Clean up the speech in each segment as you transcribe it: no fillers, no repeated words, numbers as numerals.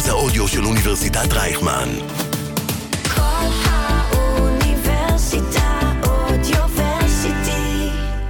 מרכז האודיו של אוניברסיטת רייכמן. כל האוניברסיטה אודיוורסיטי.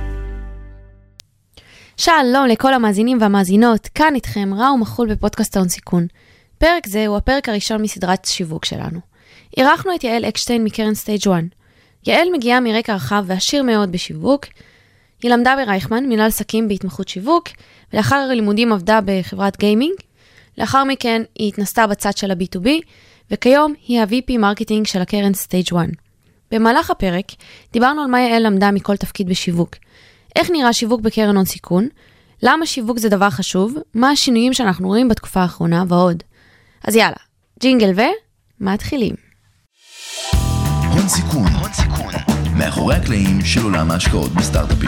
שלום לכל המאזינים והמאזינות, כאן איתכם רעו מחול בפודקאסט ההון סיכון. פרק זה הוא הפרק הראשון מסדרת שיווק שלנו. אירחנו את יעל אקשטיין מקרן סטייג' 1. יעל מגיעה מרקע רחב ועשיר מאוד בשיווק. היא למדה ברייכמן מנהל עסקים בהתמחות שיווק, ולאחר הלימודים עבדה בחברת גיימינג. לאחר מכן היא התנסתה בצד של ה-B2B, וכיום היא ה-VP מרקטינג של הקרן סטייג' 1. במהלך הפרק דיברנו על מה יעל למדה מכל תפקיד בשיווק. איך נראה שיווק בקרן הון סיכון, למה שיווק זה דבר חשוב, מה השינויים שאנחנו רואים בתקופה האחרונה ועוד. אז יאללה, ג'ינגל ומתחילים. הון סיכון, מאחורי הקלעים של עולם ההשקעות בסטארט-אפים.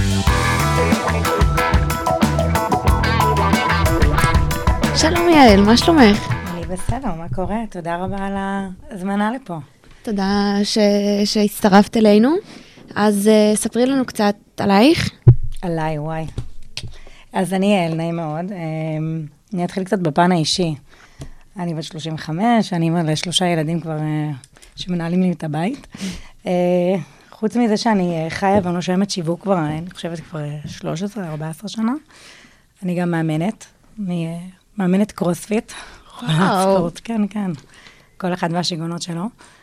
שלום יעל, מה שלומך? אני בסדר, מה קורה? תודה רבה על הזמנה לפה. תודה שהצטרפת אלינו. אז ספרי לנו קצת עלייך. עליי, וואי. אז אני יעל, נעים מאוד. אני אתחיל קצת בפן האישי. אני בת 35, אני אימא ל3 ילדים כבר שמנהלים לי את הבית. חוץ מזה שאני חיה ונושמת שיווק כבר, אני חושבת כבר 13-14 שנה. אני גם מאמנת. אני מאמנת קרוספיט. ספורט, כן, כן. כל אחד והשיגונות שלו.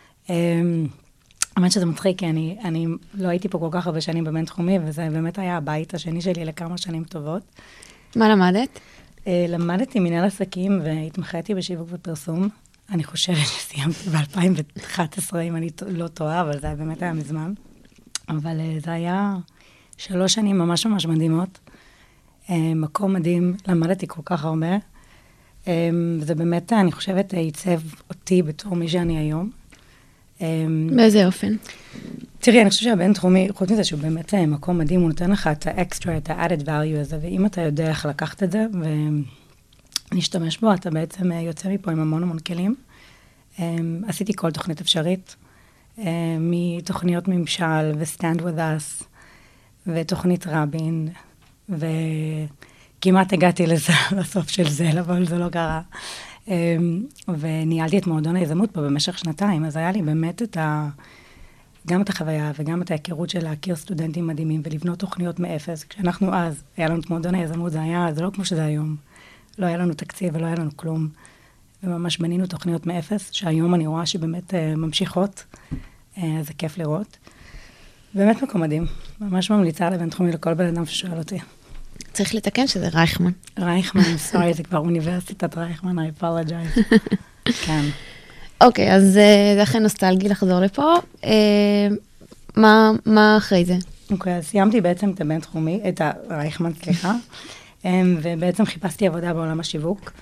האמת שזה מצחיק, כי אני לא הייתי פה כל כך הרבה שנים בבינתחומי, וזה באמת היה הבית השני שלי לכמה שנים טובות. מה למדת? למדתי מנהל עסקים והתמחיתי בשיווק ופרסום. אני חושבת שסיימתי ב-2011, אם אני לא טועה, אבל זה באמת היה מזמן. אבל זה היה 3 שנים ממש ממש מדהימות. מקום מדהים, למדתי כל כך הרבה. וזה באמת, אני חושבת, ייצב אותי בתור מי שאני היום. באיזה אופן? תראי, אני חושבת שהבינתחומי, חוץ מזה שהוא באמת מקום מדהים, הוא נותן לך את האקסטרה, את ה-added value הזה, ואם אתה יודע איך לקחת את זה ונשתמש בו, אתה בעצם יוצא מפה עם המון המון כלים. עשיתי כל תוכנית אפשרית, מתוכניות ממשל ו-Stand with us, ותוכנית רבין, וכמעט הגעתי לזה, לסוף של זה, אבל זה לא קרה. וניהלתי את מועדון היזמות פה במשך 2 אז היה לי באמת גם את החוויה וגם את ההיכרות של להכיר סטודנטים מדהימים ולבנות תוכניות מאפס. כשאנחנו אז, היה לנו את מועדון היזמות, זה לא כמו שזה היום. לא היה לנו תקציב ולא היה לנו כלום. וממש בנינו תוכניות מאפס, שהיום אני רואה שבאמת ממשיכות. זה כיף לראות. באמת מקום מדהים. ממש ממליצה לבינתחומי לכל בן אדם ששואל אותי. צריך לתקן שזה רייכמן. רייכמן, סורי, זה כבר אוניברסיטת רייכמן, I apologize. כן. אוקיי, אז זה אכן נוסטלגי לחזור לפה. מה אחרי זה? אוקיי, אז סיימתי בעצם את הבינתחומי, את הרייכמן, סליחה, ובעצם חיפשתי עבודה בעולם השיווק.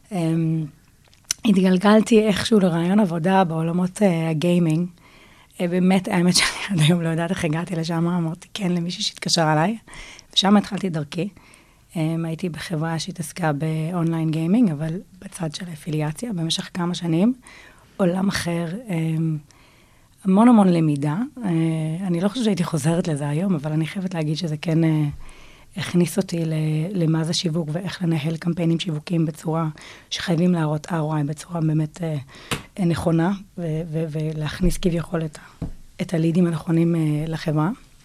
התגלגלתי איכשהו לרעיון עבודה בעולמות הגיימינג. באמת, האמת שאני עד היום לא יודעת איך הגעתי לשם, אמרתי כן למישהו שהתקשר עליי, ושם התחלתי דרכי. הייתי בחברה שהתעסקה באונליין גיימינג, אבל בצד של האפיליאציה, במשך כמה שנים, עולם אחר, המון המון למידה. אני לא חושבת שהייתי חוזרת לזה היום, אבל אני חייבת להגיד שזה כן הכניס אותי למה זה שיווק, ואיך לנהל קמפיינים שיווקיים בצורה שחייבים להראות ROI, בצורה באמת נכונה, ולהכניס כביכול את הלידים הנכונים לחברה.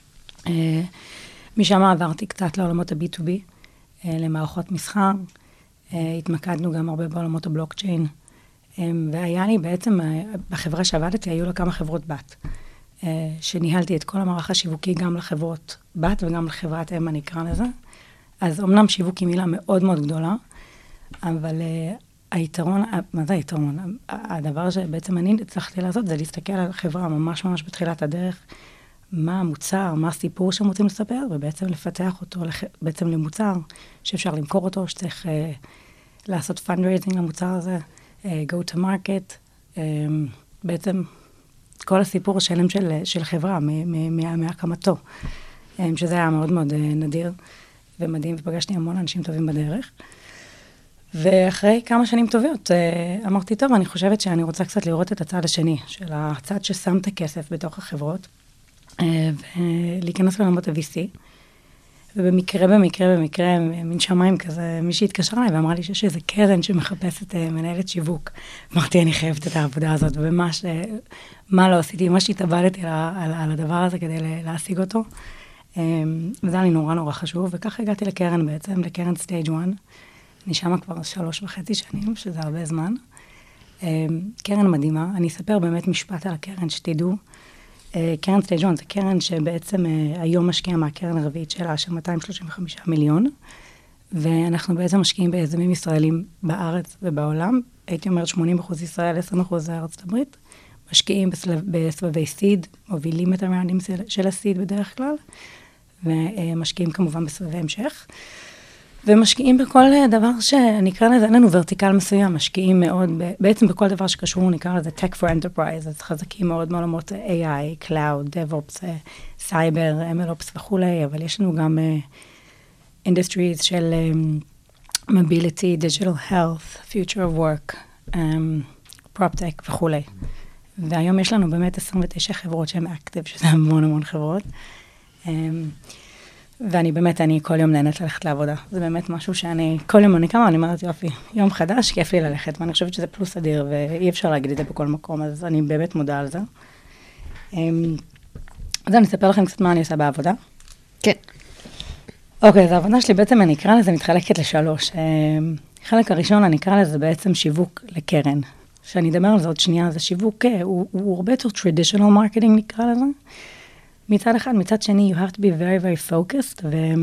משם עברתי קצת לעולמות ה-B2B, למערכות מסחר, התמקדנו גם הרבה בעולמות הבלוקצ'יין, והיה לי בעצם, בחברה שעבדתי, היו לה כמה חברות בת, שניהלתי את כל המערך השיווקי גם לחברות בת וגם לחברת אם אני אקרא לזה. אז אמנם שיווק היא מילה מאוד מאוד גדולה, אבל היתרון, מה זה היתרון? הדבר שבעצם אני הצלחתי לעשות זה להסתכל על חברה ממש ממש בתחילת הדרך, מה המוצר, מה הסיפור שהם רוצים לספר, ובעצם לפתח אותו בעצם למוצר שאפשר למכור אותו, שצריך לעשות fundraising למוצר הזה, go to market, בעצם כל הסיפור השלם של חברה מהקמתו, שזה היה מאוד מאוד נדיר ומדהים, ופגשתי המון אנשים טובים בדרך. ואחרי כמה שנים טובות, אמרתי, טוב, אני חושבת שאני רוצה קצת לראות את הצד השני, של הצד ששם את הכסף בתוך החברות, ולהיכנס לעולמות ה-VC. ובמקרה, מין שמיים כזה, מישהי התקשרה אליי ואמרה לי שיש איזה קרן שמחפשת מנהלת שיווק. אמרתי, אני חייבת את העבודה הזאת, וממש, מה לא עשיתי, ממש התאבדתי על הדבר הזה כדי להשיג אותו. וזה היה לי נורא נורא חשוב, וככה הגעתי לקרן בעצם, לקרן סטייג' 1. אני שמה כבר 3.5 שנים, שזה הרבה זמן. קרן מדהימה, אני אספר באמת משפט על הקרן, שתדעו. קרן סטייג' 1 זה קרן שבעצם היום משקיעה מהקרן הרביעית שלה, של 235 מיליון, ואנחנו בעצם משקיעים ביזמים ישראלים בארץ ובעולם, הייתי אומרת 80% ישראל, 20% ארצות הברית, משקיעים בסבבי סיד, מובילים את הראנדים של הסיד בדרך כלל, ומשקיעים כמובן בסבבי המשך, ומשקיעים בכל דבר שנקרא לזה, אין לנו ורטיקל מסוים, משקיעים מאוד, בעצם בכל דבר שקשור, נקרא לזה Tech for Enterprise, אז חזקים מאוד מעולמות AI, Cloud, DevOps, Cyber, MLOps וכולי, אבל יש לנו גם industries של Mobility, Digital Health, Future of Work, PropTech וכולי. והיום יש לנו באמת 29 חברות שהן Active, שזה המון חברות. ואני באמת, אני כל יום נהנית ללכת לעבודה. זה באמת משהו שאני, כל יום אני קמה, אני אומרת, יופי, יום חדש, כיף לי ללכת, ואני חושבת שזה פלוס אדיר, ואי אפשר להגיד את זה בכל מקום, אז אני באמת מודה על זה. אז אני אספר לכם קצת מה אני עושה בעבודה. כן. אוקיי, אז העבודה שלי בעצם, אני אקרא לזה, מתחלקת לשלוש. חלק הראשון, אני אקרא לזה בעצם שיווק לקרן. שאני אדבר על זה עוד שנייה, זה שיווק, הוא הרבה יותר traditional marketing נקרא לזה. מצד אחד, מצד שני, you have to be very, very focused,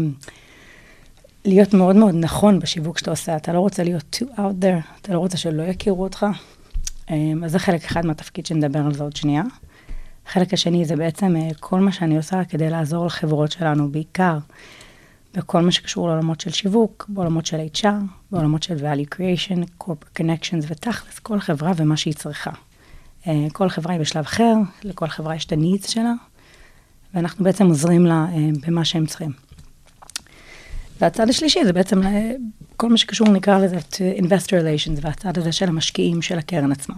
ולהיות מאוד מאוד נכון בשיווק שאתה עושה. אתה לא רוצה להיות too out there, אתה לא רוצה שלא יכירו אותך. אז זה חלק אחד מהתפקיד שנדבר על זה עוד שנייה. החלק השני זה בעצם כל מה שאני עושה כדי לעזור לחברות שלנו, בעיקר בכל מה שקשור לעולמות של שיווק, בעולמות של HR, בעולמות של value creation, corporate connections, ותכלס כל חברה ומה שהיא צריכה. כל חברה היא בשלב אחר, לכל חברה יש את ה-needs שלה, ואנחנו בעצם עוזרים לה במה שהם צריכים. והצד השלישי זה בעצם כל מה שקשור נקרא לזה investor relations, והצד הזה של המשקיעים של הקרן עצמה.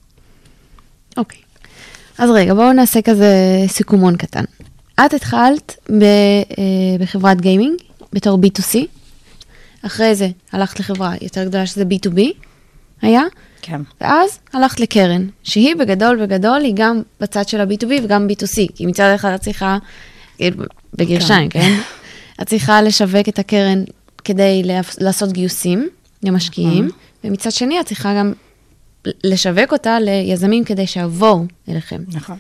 אוקיי. אז רגע, בואו נעשה כזה סיכומון קטן. את התחלת בחברת גיימינג, בתור B2C. אחרי זה הלכת לחברה יותר גדולה שזה B2B, היה? כן. ואז הלכת לקרן, שהיא בגדול היא גם בצד של ה-B2B וגם B2C, כי מצד אחד את צריכה, בגרשיים, כן? את צריכה לשווק את הקרן כדי לעשות גיוסים למשקיעים, ומצד שני את צריכה גם לשווק אותה ליזמים כדי שיבואו אליכם. נכון.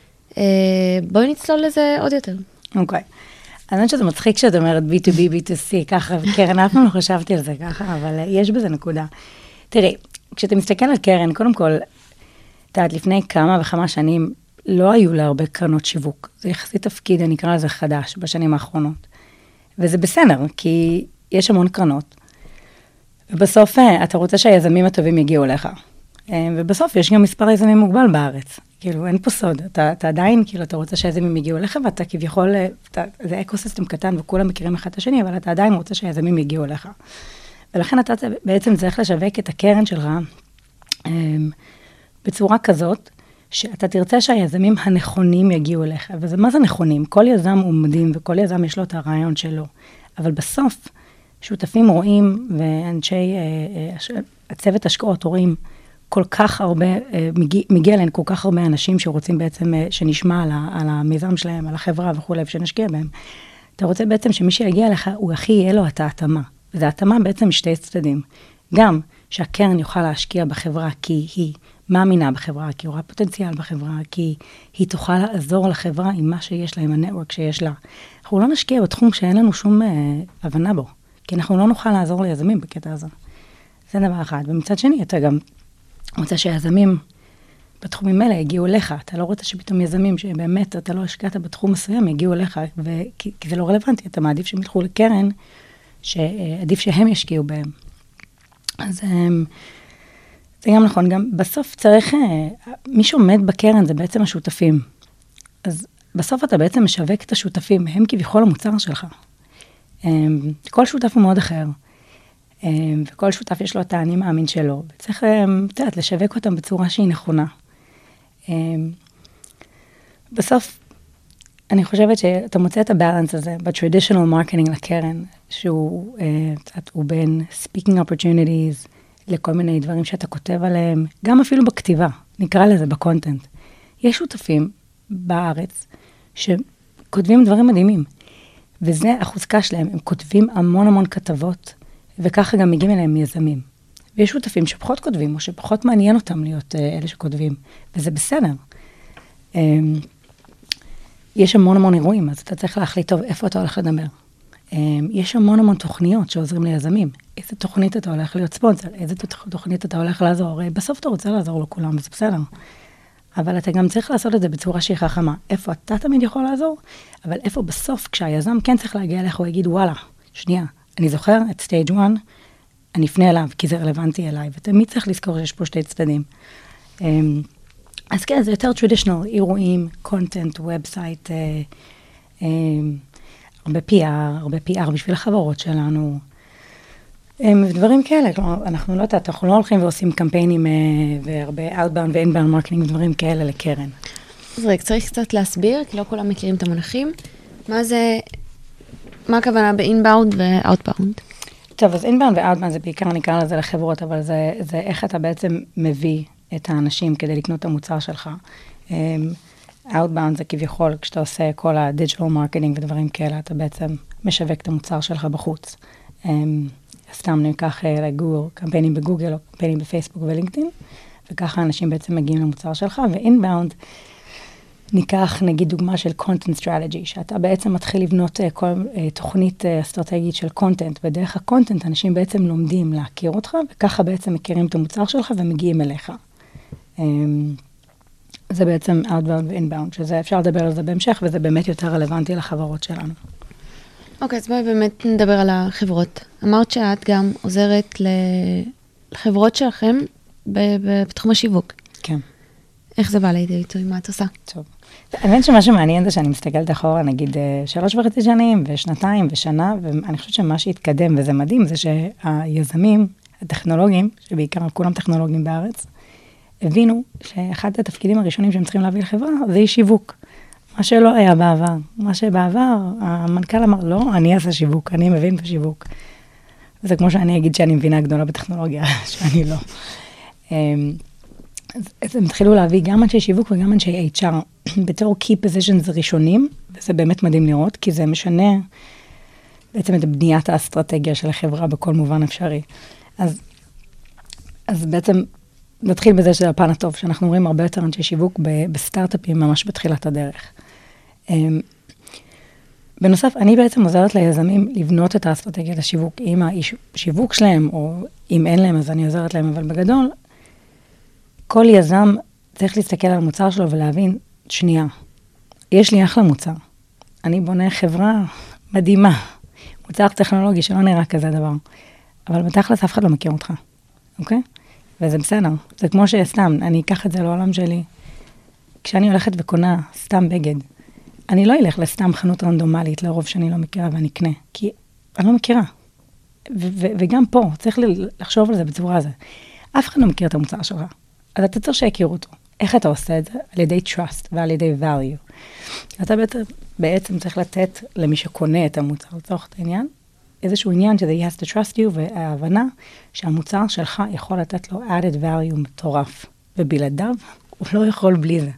בואי נצלול לזה עוד יותר. אוקיי. אני חושבת שזה מצחיק שאת אומרת B2B, B2C, ככה, קרן, אף פעם לא חשבתי על זה ככה, אבל יש בזה נקודה. תראי, כשאתה מסתכל על קרן, קודם כל, את יודעת, לפני כמה וכמה שנים, לא היו לה הרבה קרנות שיווק. זה יחסית תפקיד, אני אקרא לזה חדש, בשנים האחרונות. וזה בסדר, כי יש המון קרנות. ובסוף, אתה רוצה שהיזמים הטובים יגיעו אליך. ובסוף, יש גם מספר יזמים מוגבל בארץ. כאילו, אין פה סוד. אתה עדיין, כאילו, אתה רוצה שהיזמים יגיעו אליך, ואתה כביכול, זה אקוסיסטם קטן, וכולם מכירים אחד את השני, אבל אתה עדיין רוצה שהיזמים יגיעו אליך. ולכן אתה בעצם צריך לשווק את הקרן שלך בצורה כזאת, שאתה תרצה שהיזמים הנכונים יגיעו אליך. וזה מה זה נכונים? כל יזם הוא מדהים, וכל יזם יש לו את הרעיון שלו. אבל בסוף, שותפים רואים, ואנשי הצוות השקעות רואים, כל כך הרבה, מגיע אליהם כל כך הרבה אנשים שרוצים בעצם, שנשמע על המיזם שלהם, על החברה וכו', ושנשקיע בהם. אתה רוצה בעצם שמי שיגיע אליך, הוא הכי יהיה לו את ההתאמה. וזה התאמה בעצם משתי צדדים. גם שהקרן יוכל להשקיע בחברה כי היא מאמינה בחברה, כי היא רואה פוטנציאל בחברה, כי היא תוכל לעזור לחברה עם מה שיש לה, עם הנטוורק שיש לה. אנחנו לא נשקיע בתחום שאין לנו שום הבנה בו, כי אנחנו לא נוכל לעזור ליזמים בקטע הזה. זה דבר אחד. ומצד שני, אתה גם רוצה שיזמים בתחומים האלה יגיעו אליך. אתה לא רוצה שפתאום יזמים שבאמת אתה לא השקעת בתחום מסוים יגיעו אליך, כי זה לא רלוונטי. אתה מעדיף שהם ילכו לקרן, שעדיף שהם ישקיעו בהם. אז זה גם נכון, גם בסוף צריך, מי שעומד בקרן זה בעצם השותפים. אז בסוף אתה בעצם משווק את השותפים, הם כביכול המוצר שלך. כל שותף הוא מאוד אחר, וכל שותף יש לו את האני מאמין שלו, וצריך, לשווק אותם בצורה שהיא נכונה. בסוף, אני חושבת שאתה מוצא את הבאלנס הזה ב-traditional marketing לקרן, שהוא הוא בין speaking opportunities לכל מיני דברים שאתה כותב עליהם, גם אפילו בכתיבה, נקרא לזה בקונטנט. יש שותפים בארץ שכותבים דברים מדהימים, וזה החוזקה שלהם, הם כותבים המון המון כתבות, וככה גם מגיעים אליהם יזמים. ויש שותפים שפחות כותבים, או שפחות מעניין אותם להיות אלה שכותבים, וזה בסדר. יש המון המון אירועים, אז אתה צריך להחליט טוב איפה אתה הולך לדבר. יש המון המון תוכניות שעוזרים ליזמים. איזה תוכנית אתה הולך להיות ספונסר, איזה תוכנית אתה הולך לעזור. בסוף אתה רוצה לעזור לכולם, וזה בסדר. אבל אתה גם צריך לעשות את זה בצורה שהיא חכמה. איפה אתה תמיד יכול לעזור, אבל איפה בסוף, כשהיזם כן צריך להגיע אליך, הוא יגיד, וואלה, שנייה, אני זוכר את סטייג' 1, אני אפנה אליו, כי זה רלוונטי אליי, ותמיד צריך לזכור שיש פה שתי צדדים. אז כן, זה יותר traditional, אירועים, content, website, הרבה PR בשביל החברות שלנו, דברים כאלה, כלומר, אנחנו לא הולכים ועושים קמפיינים והרבה outbound ו-inbound marketing ודברים כאלה לקרן. אז רגע, צריך קצת להסביר, כי לא כולם מכירים את המונחים. מה הכוונה ב-inbound ו-outbound? טוב, אז inbound ו-outbound זה בעיקר נקרא לזה לחברות, אבל זה איך אתה בעצם מביא את האנשים כדי לקנות את המוצר שלך. outbound זה כביכול, כשאתה עושה כל ה-digital marketing ודברים כאלה, אתה בעצם משווק את המוצר שלך בחוץ. סתם ניקח לגוגל, קמפיינים בגוגל או קמפיינים בפייסבוק ולינקדאין, וככה אנשים בעצם מגיעים למוצר שלך, ו-inbound ניקח נגיד דוגמה של content strategy, שאתה בעצם מתחיל לבנות כל תוכנית אסטרטגית של content, ודרך ה-content אנשים בעצם לומדים להכיר אותך, וככה בעצם מכירים את המוצר שלך ומגיעים אליך. זה בעצם outbound ו-inbound, שזה אפשר לדבר על זה בהמשך, וזה באמת יותר רלוונטי לחברות שלנו. אוקיי, אז בואי באמת נדבר על החברות. אמרת שאת גם עוזרת לחברות שלכם בתחום השיווק. כן. איך זה בא לידי ביטוי? מה את עושה? טוב. האמת שמה שמעניין זה שאני מסתכלת אחורה, נגיד 3.5 שנים ושנתיים ושנה, ואני חושבת שמה שהתקדם, וזה מדהים, זה שהיזמים, הטכנולוגים, שבעיקר כולם טכנולוגים בארץ, הבינו שאחד התפקידים הראשונים שהם צריכים להביא לחברה, זה היא שיווק. מה שלא היה בעבר. מה שבעבר, המנכ"ל אמר, לא, אני אעשה שיווק, אני מבין בשיווק. זה כמו שאני אגיד שאני מבינה גדולה בטכנולוגיה, שאני לא. אז הם התחילו להביא גם אנשי שיווק וגם אנשי HR, בתור key positions ראשונים, וזה באמת מדהים לראות, כי זה משנה בעצם את בניית האסטרטגיה של החברה בכל מובן אפשרי. אז בעצם נתחיל בזה שזה הפן הטוב, שאנחנו רואים הרבה יותר אנשי שיווק בסטארט-אפים ממש בתחילת הדרך. בנוסף, אני בעצם עוזרת ליזמים לבנות את האסטרטגיית השיווק, עם השיווק שלהם, או אם אין להם, אז אני עוזרת להם, אבל בגדול, כל יזם צריך להסתכל על המוצר שלו ולהבין, שנייה, יש לי אחלה מוצר. אני בונה חברה מדהימה, מוצר טכנולוגי שלא נראה כזה דבר, אבל בתכלס אף אחד לא מכיר אותך, אוקיי? וזה בסדר, זה כמו שסתם, אני אקח את זה לעולם שלי. כשאני הולכת וקונה סתם בגד, אני לא אלך לסתם חנות רנדומלית, לרוב שאני לא מכירה ואני אקנה, כי אני לא מכירה. וגם פה, צריך לחשוב על זה בצורה הזו. אף אחד לא מכיר את המוצר שלך, אז אתה צריך שיכירו אותו. איך אתה עושה את זה? על ידי trust ועל ידי value. אתה בעצם צריך לתת למי שקונה את המוצר, לצורך את העניין, איזשהו עניין שזה he has to trust you, וההבנה שהמוצר שלך יכול לתת לו added value מטורף, ובלעדיו הוא לא יכול בלי זה.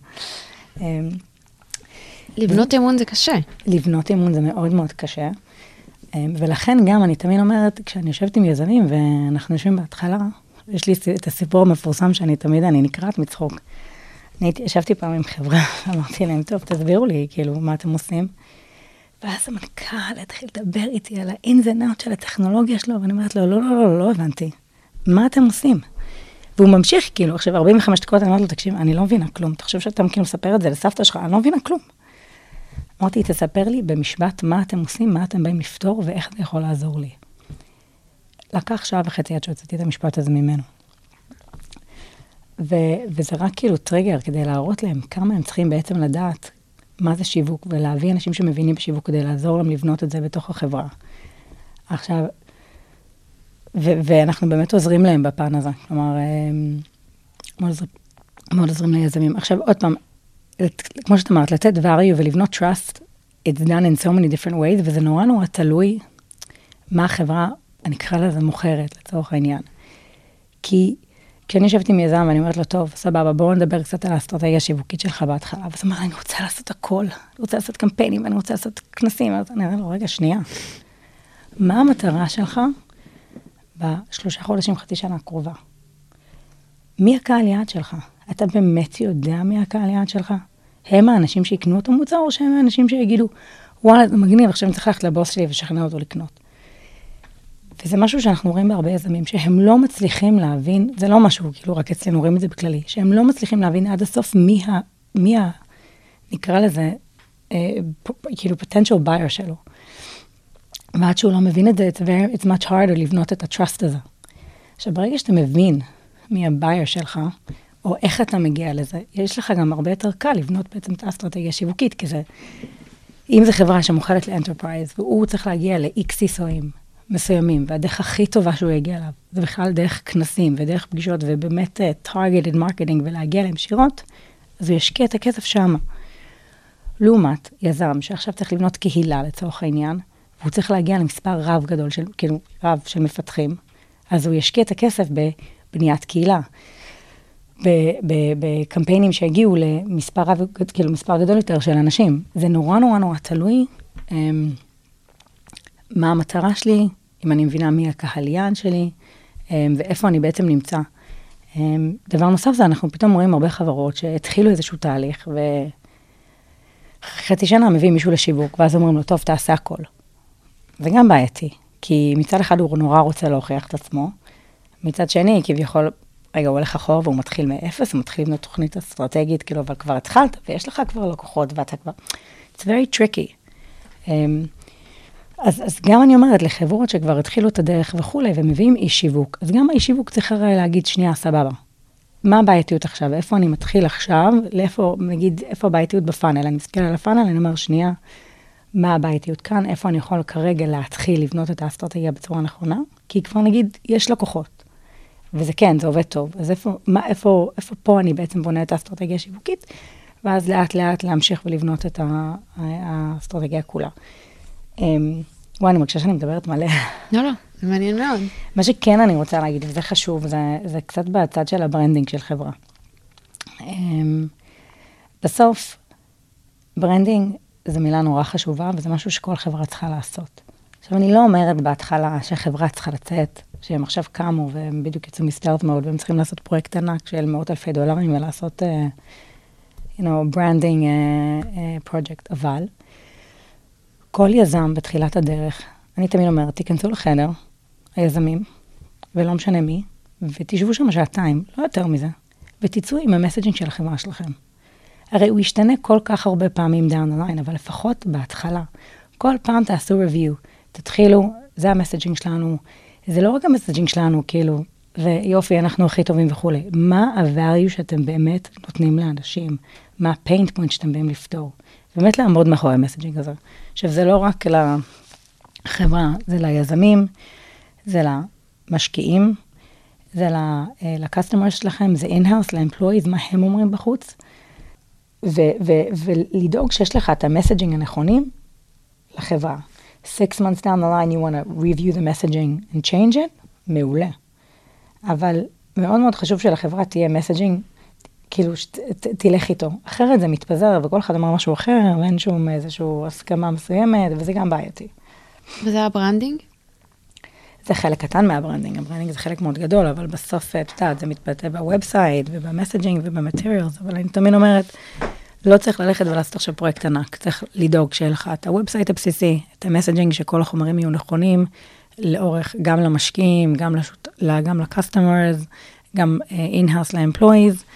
לבנות אמון זה קשה. לבנות אמון זה מאוד מאוד קשה, ולכן גם אני תמיד אומרת, כשאני יושבת עם יזמים, ואנחנו יושבים בהתחלה, יש לי את הסיפור המפורסם שאני תמיד, אני נקראת מצחוק. אני ישבתי פעם עם חברה, אמרתי להם, טוב, תסבירו לי, כאילו, מה אתם עושים? ואז המנכ"ל התחיל לדבר איתי על ה-ins and out של הטכנולוגיה שלו, ואני אומרת לו, לא הבנתי. מה אתם עושים? והוא ממשיך, כאילו, עכשיו 45 דקות, אני אומרת לו, תקשיב, אני לא מבינה כלום. אתה חושב שאתה כאילו מספר את זה לסבתא שלך, אני לא מבינה כלום. אמרתי, תספר לי במשפט מה אתם עושים, מה אתם באים לפתור, ואיך זה יכול לעזור לי. לקח 1.5 שעה עד שהוצאתי את המשפט הזה ממנו. וזה רק כאילו טריגר כדי להראות להם כמה הם צריכים בעצם לדעת מה זה שיווק, ולהביא אנשים שמבינים בשיווק כדי לעזור להם לבנות את זה בתוך החברה. עכשיו, ואנחנו באמת עוזרים להם בפן הזה, כלומר, מאוד עוזרים ליזמים. עכשיו, עוד פעם, כמו שאת אמרת, לתת value ולבנות trust, it's done in so many different ways, וזה נורא נורא תלוי מה החברה, אני אקרא לזה מוכרת, לצורך העניין. כי כשאני יושבת עם יזם, ואני אומרת לו, טוב, סבבה, בואו נדבר קצת על האסטרטגיה השיווקית שלך בהתחלה, ואז הוא אומר, אני רוצה לעשות הכל, אני רוצה לעשות קמפיינים, אני רוצה לעשות כנסים, אז אני אומר לו, רגע, שנייה. מה המטרה שלך ב3 חודשים, חצי שנה הקרובה? מי הקהל יעד שלך? אתה באמת יודע מי הקהל יעד שלך? הם האנשים שיקנו אותו מוצר, או שהם האנשים שיגידו, וואלה, זה מגניב, עכשיו אני צריך ללכת לבוס שלי ושכנע אותו לקנות. וזה משהו שאנחנו רואים בהרבה יזמים, שהם לא מצליחים להבין, זה לא משהו, כאילו רק אצלנו רואים את זה בכללי, שהם לא מצליחים להבין עד הסוף מי נקרא לזה, כאילו potential buyer שלו. ועד שהוא לא מבין את זה, it's much harder לבנות את ה-trust הזה. עכשיו, ברגע שאתה מבין מי ה-buyer שלך, או איך אתה מגיע לזה, יש לך גם הרבה יותר קל לבנות בעצם את האסטרטגיה השיווקית, כי זה, אם זו חברה שמוכרת לאנטרפרייז, והוא צריך להגיע ל-X סיסויים מסוימים, והדרך הכי טובה שהוא יגיע אליו, זה בכלל דרך כנסים ודרך פגישות, ובאמת targeted marketing ולהגיע להם שירות, אז הוא ישקיע את הכסף שם. לעומת יזם שעכשיו צריך לבנות קהילה לצורך העניין, והוא צריך להגיע למספר רב גדול, כאילו רב של מפתחים, אז הוא ישקיע את הכסף בבניית קהילה. בקמפיינים שהגיעו למספר רב, כאילו מספר גדול יותר של אנשים. זה נורא נורא נורא תלוי מה המטרה שלי, אם אני מבינה מי הקהל יעד שלי, ואיפה אני בעצם נמצא. דבר נוסף זה, אנחנו פתאום רואים הרבה חברות שהתחילו איזשהו תהליך, וחצי שנה מביא מישהו לשיווק, ואז אומרים לו, טוב, תעשה הכל. זה גם בעייתי, כי מצד אחד הוא נורא רוצה להוכיח את עצמו, מצד שני, כביכול, רגע, הוא הולך אחורה והוא מתחיל מאפס, הוא מתחיל לבנות תוכנית אסטרטגית, כאילו, אבל כבר התחלת, ויש לך כבר לקוחות, ואתה כבר... It's very tricky. אז גם אני אומרת, לחברות שכבר התחילו את הדרך וכולי, ומביאים אי שיווק, אז גם האי שיווק צריך להגיד, שנייה, סבבה. מה הבעייתיות עכשיו? איפה אני מתחיל עכשיו? לאיפה, נגיד, איפה הבעייתיות בפאנל? אני מסתכל על הפאנל, אני אומר, שנייה, מה הבעייתיות כאן? איפה אני יכול כרגע להתחיל לבנות את האסטרטגיה בצורה נכונה? כי כבר נגיד, יש לקוחות. וזה כן, זה עובד טוב. אז איפה פה אני בעצם בונה את האסטרטגיה השיווקית, ואז לאט לאט להמשיך ולבנות את האסטרטגיה כולה. וואי, אני מרגישה שאני מדברת מלא. לא, זה מעניין מאוד. מה שכן אני רוצה להגיד, וזה חשוב, זה קצת בצד של הברנדינג של חברה. בסוף, ברנדינג זה מילה נורא חשובה, וזה משהו שכל חברה צריכה לעשות. עכשיו, אני לא אומרת בהתחלה שחברה צריכה לצאת, שהם עכשיו קמו, והם בדיוק יצאו מסטארט מאוד, והם צריכים לעשות פרויקט ענק של $100,000, ולעשות, branding project, אבל כל יזם בתחילת הדרך, אני תמיד אומרת, תיכנסו לחדר, היזמים, ולא משנה מי, ותשבו שם שעתיים, לא יותר מזה, ותצאו עם המסג'ינג של החברה שלכם. הרי הוא ישתנה כל כך הרבה פעמים down the line, אבל לפחות בהתחלה, כל פעם תעשו review, תתחילו, זה המסג'ינג שלנו, זה לא רק המסג'ינג שלנו, כאילו, ויופי, אנחנו הכי טובים וכולי. מה ה-value שאתם באמת נותנים לאנשים? מה ה-pain point שאתם באים לפתור? באמת לעמוד מאחורי המסג'ינג הזה. עכשיו, זה לא רק לחברה, זה ליזמים, זה למשקיעים, זה ל-customers שלכם, זה in-house, ל-employees, מה הם אומרים בחוץ, ולדאוג שיש לך את המסג'ינג הנכונים לחברה. 6 months down the line, you want to review the messaging and change it, מעולה. אבל מאוד מאוד חשוב שלחברה תהיה מסג'ינג, כאילו תלך איתו. אחרת זה מתפזר, וכל אחד אמר משהו אחר, ואין שום איזושהי הסכמה מסוימת, וזה גם בעייתי. וזה הברנדינג? זה חלק קטן מהברנדינג. הברנדינג זה חלק מאוד גדול, אבל בסוף, את יודעת, זה מתבטא בוובסייט, ובמסג'ינג, ובמטריאלס, אבל אני תמיד אומרת, לא צריך ללכת ולעשות עכשיו פרויקט ענק, צריך לדאוג שיהיה לך את הוובסייט הבסיסי, את המסג'ינג שכל החומרים יהיו נכונים, לאורך גם למשקיעים, גם ל-customers, גם in-house ל-employees,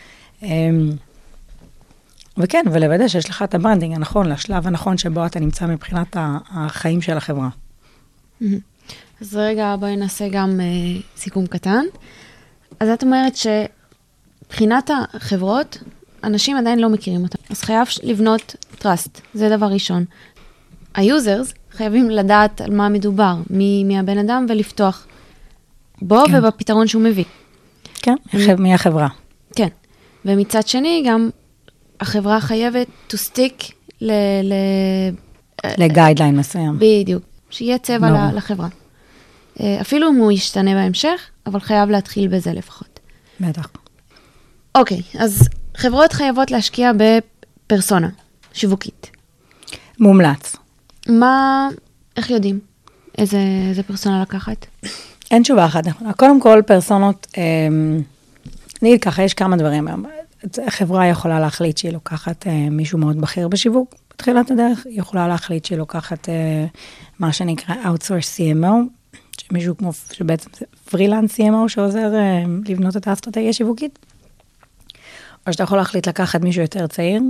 וכן, ולוודא שיש לך את הברנדינג הנכון, לשלב הנכון שבו אתה נמצא מבחינת החיים של החברה. אז רגע, בואי נעשה גם סיכום קטן. אז את אומרת שבחינת החברות, אנשים עדיין לא מכירים אותם. אז חייב לבנות trust, זה דבר ראשון. היוזרס חייבים לדעת על מה מדובר, מי הבן אדם, ולפתוח בו כן. ובפתרון שהוא מביא. כן, מי החברה. כן, ומצד שני גם החברה חייבת to stick לגיידליין מסוים. בדיוק, שיהיה צבע לחברה. אפילו אם הוא ישתנה בהמשך, אבל חייב להתחיל בזה לפחות. בטח. אוקיי, אז חברות חייבות להשקיע בפרסונה, שיווקית. מומלץ. איך יודעים? איזה פרסונה לקחת? אין תשובה אחת נכונה. קודם כל, פרסונות, נגיד ככה, יש כמה דברים. החברה יכולה להחליט שהיא לוקחת מישהו מאוד בכיר בשיווק. בתחילת הדרך, היא יכולה להחליט שהיא לוקחת מה שנקרא Outsource CMO, שמישהו כמו, שבעצם זה פרילנס CMO שעוזר לבנות את האסטרטגיה השיווקית. או שאתה יכול להחליט לקחת מישהו יותר צעיר,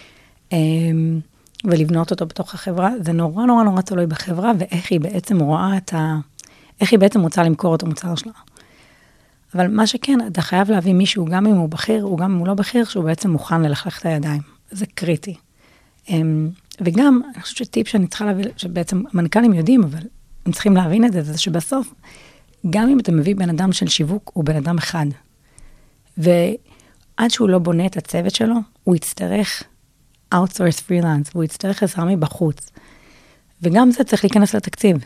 ולבנות אותו בתוך החברה. זה נורא נורא נורא תלוי בחברה, ואיך היא בעצם רואה איך היא בעצם רוצה למכור את המוצר שלה. אבל מה שכן, אתה חייב להביא מישהו, גם אם הוא בכיר, או גם אם הוא לא בכיר, שהוא בעצם מוכן ללכלך את הידיים. זה קריטי. וגם, אני חושבת שטיפ שאני צריכה להביא, שבעצם המנכ"לים יודעים, אבל הם צריכים להבין את זה, זה שבסוף, גם אם אתה מביא בן אדם של שיווק, הוא בן אדם אחד. ועד שהוא לא בונה את הצוות שלו, הוא יצטרך outsource freelance, והוא יצטרך עזרה מבחוץ. וגם זה צריך להיכנס לתקציב.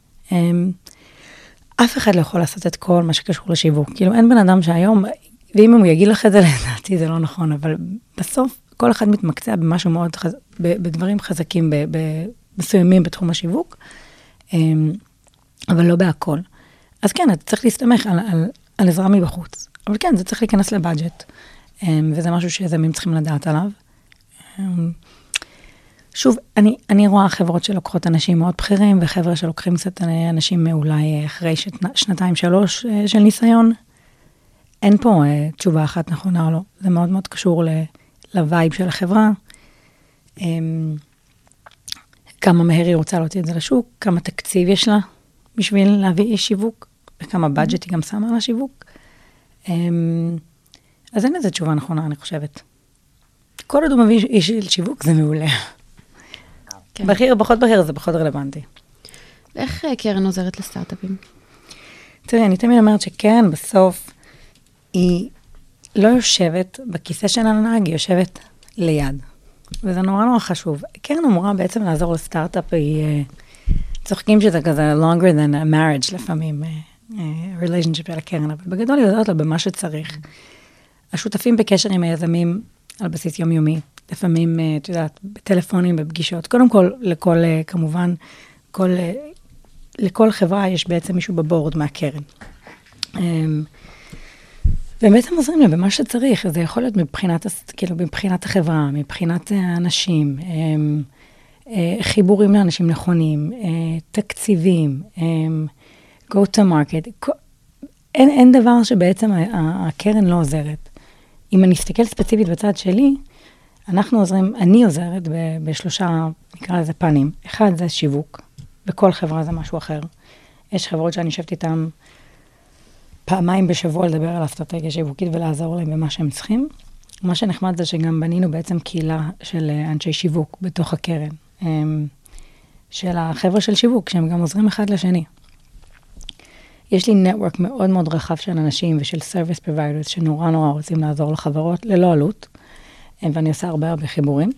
אף אחד לא יכול לעשות את כל מה שקשור לשיווק. כאילו, אין בן אדם שהיום, ואם הוא יגיד לך את זה, לדעתי זה לא נכון, אבל בסוף, כל אחד מתמקצע במשהו מאוד, בדברים חזקים, מסוימים בתחום השיווק, אבל לא בהכל. אז כן, אתה צריך להסתמך על עזרה מבחוץ. אבל כן, זה צריך להיכנס לבאג'ט, וזה משהו שיזמים צריכים לדעת עליו. שוב, אני רואה חברות שלוקחות אנשים מאוד בכירים, וחבר'ה שלוקחים קצת אנשים אולי אחרי שנתיים, 3 של ניסיון. אין פה תשובה אחת נכונה או לא. זה מאוד מאוד קשור לווייב של החברה. כמה מהר היא רוצה להוציא את זה לשוק, כמה תקציב יש לה בשביל להביא איש שיווק, וכמה בדג'ט היא גם שמה על השיווק. אז אין לזה תשובה נכונה, אני חושבת. כל עוד הוא מביא איש של שיווק, זה מעולה. כן. בכיר, פחות בכיר, זה פחות רלוונטי. איך קרן עוזרת לסטארט-אפים? תראי, אני תמיד אומרת שקרן בסוף, היא לא יושבת בכיסא של הנהג, היא יושבת ליד. וזה נורא נורא חשוב. קרן אמורה בעצם לעזור לסטארט-אפ, היא צוחקים שזה כזה longer than a marriage לפעמים, relationship של הקרן, אבל בגדול היא עוזרת לה במה שצריך. השותפים בקשר עם היזמים על בסיס יומיומי, לפעמים, את יודעת, בטלפונים, בפגישות. קודם כל, כמובן, לכל חברה יש בעצם מישהו בבורד מהקרן. והם בעצם עוזרים להם במה שצריך. זה יכול להיות מבחינת החברה, מבחינת האנשים, חיבורים לאנשים נכונים, תקציבים, go to market. אין דבר שבעצם הקרן לא עוזרת. אם אני אסתכל ספציפית בצד שלי, אני עוזרת בשלושה, נקרא לזה פנים. אחד זה שיווק, בכל חברה זה משהו אחר. יש חברות שאני יושבת איתן פעמיים בשבוע לדבר על אסטרטגיה שיווקית ולעזור להם במה שהם צריכים. מה שנחמד זה שגם בנינו בעצם קהילה של אנשי שיווק בתוך הקרן, של החבר'ה של שיווק, שהם גם עוזרים אחד לשני. יש לי נטוורק מאוד מאוד רחב של אנשים ושל service providers שנורא נורא רוצים לעזור לחברות ללא עלות, ואני עושה הרבה חיבורים.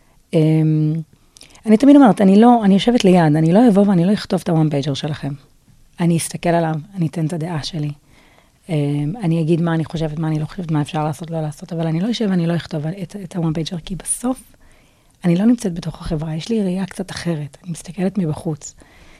אני תמיד אומרת, אני יושבת ליד, אני לא אבוא ואני לא אכתוב את הוואן פייג'ר שלכם. אני אסתכל עליו, אני אתן את הדעה שלי. אני אגיד מה אני חושבת, מה אני לא חושבת, מה אפשר לעשות, לא לעשות, אבל אני לא אשב ואני לא אכתוב את הוואן פייג'ר, כי בסוף אני לא נמצאת בתוך החברה, יש לי ראייה קצת אחרת, אני מסתכלת מבחוץ.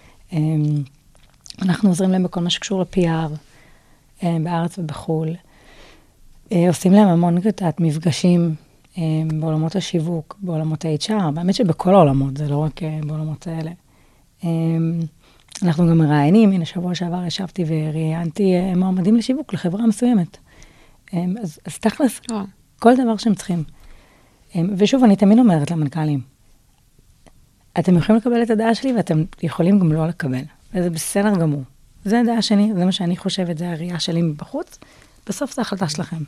אנחנו עוזרים להם בכל מה שקשור ל-PR, בארץ ובחול. עושים להם המון קטעת מפגשים בעולמות השיווק, בעולמות ה-HR, באמת שבכל העולמות, זה לא רק בעולמות האלה. אנחנו גם מראיינים, הנה שבוע שעבר ישבתי וראיינתי מועמדים לשיווק לחברה מסוימת. אז תכלס, כל דבר שהם צריכים. ושוב, אני תמיד אומרת למנכ"לים, אתם יכולים לקבל את הדעה שלי ואתם יכולים גם לא לקבל. וזה בסדר גמור. זה הדעה שלי, זה מה שאני חושבת, זה הראייה שלי מבחוץ. בסוף זה החלטה שלכם.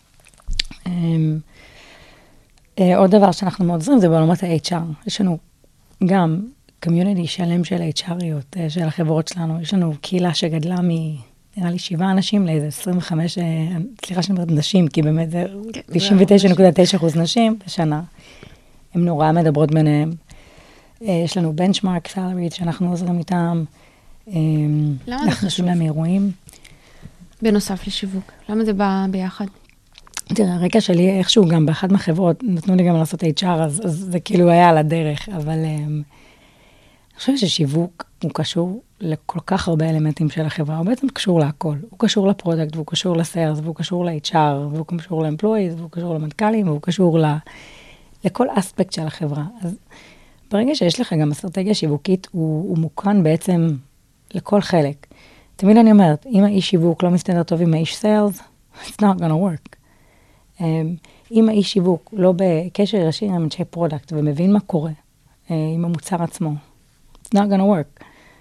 עוד דבר שאנחנו מאוד עוזרים, זה בעולמות ה-HR. יש לנו גם קומיוניטי שלם של ה-HRיות, של החברות שלנו. יש לנו קהילה שגדלה נראה לי 7 אנשים לאיזה 25, סליחה שאני אומרת נשים, כי באמת זה 99.9% נשים בשנה. הן נורא מדברות ביניהם. יש לנו benchmark salary שאנחנו עוזרים איתם. למה זה אנחנו חשוב? עושים להם אירועים. בנוסף לשיווק. למה זה בא ביחד? תראה, הרקע שלי איכשהו גם באחת מהחברות, נתנו לי גם לעשות HR, אז זה כאילו היה על הדרך, אבל אני חושבת ששיווק הוא קשור לכל כך הרבה אלמנטים של החברה, הוא בעצם קשור להכל. הוא קשור לפרודקט, והוא קשור לסיילס, והוא קשור ל-HR, והוא קשור לאמפלויז, והוא קשור למנכ"לים, והוא קשור לכל אספקט של החברה. אז ברגע שיש לך גם אסטרטגיה שיווקית, הוא מוקרן בעצם לכל חלק. תמיד אני אומרת, אם האיש שיווק לא מסתדר טוב עם האיש סיילס, it's not gonna work. אם האיש שיווק לא בקשר ישיר עם אנשי פרודקט ומבין מה קורה עם המוצר עצמו, it's not gonna work.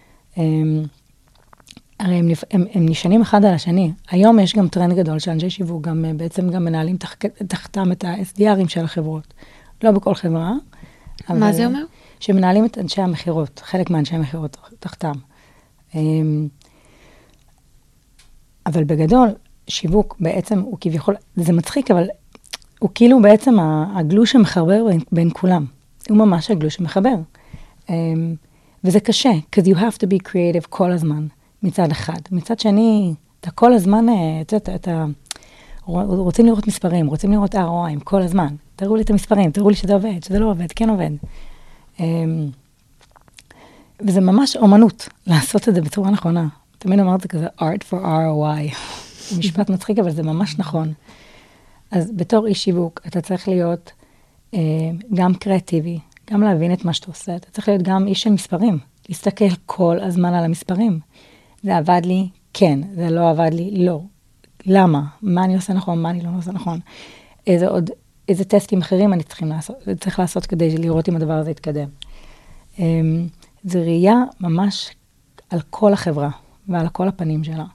הרי הם נשענים אחד על השני. היום יש גם טרנד גדול שאנשי שיווק גם בעצם גם מנהלים תחתם את ה-SDRים של החברות. לא בכל חברה. מה זה אומר? שמנהלים את אנשי המחירות, חלק מאנשי המחירות תחתם. אבל בגדול, שיווק בעצם הוא כביכול, זה מצחיק, אבל הוא כאילו בעצם הגלוש שמחבר בין כולם. הוא ממש הגלוש שמחבר. וזה קשה, because you have to be creative כל הזמן, מצד אחד. מצד שני, אתה כל הזמן, אתה רוצים לראות מספרים, רוצים לראות ROI כל הזמן. תראו לי את המספרים, תראו לי שזה עובד, שזה לא עובד, כן עובד. וזה ממש אומנות, לעשות את זה בצורה נכונה. תמיד אמרת זה כזה, art for ROI. משפט מצחיק, אבל זה ממש נכון. אז בתור איש שיווק, אתה צריך להיות גם קריאטיבי, גם להבין את מה שאתה עושה. אתה צריך להיות גם איש של מספרים, להסתכל כל הזמן על המספרים. זה עבד לי? כן. זה לא עבד לי? לא. למה? מה אני עושה נכון? מה אני לא עושה נכון? איזה טסטים אחרים אני צריך לעשות כדי לראות אם הדבר הזה יתקדם. זה ראייה ממש על כל החברה ועל כל הפנים שלה.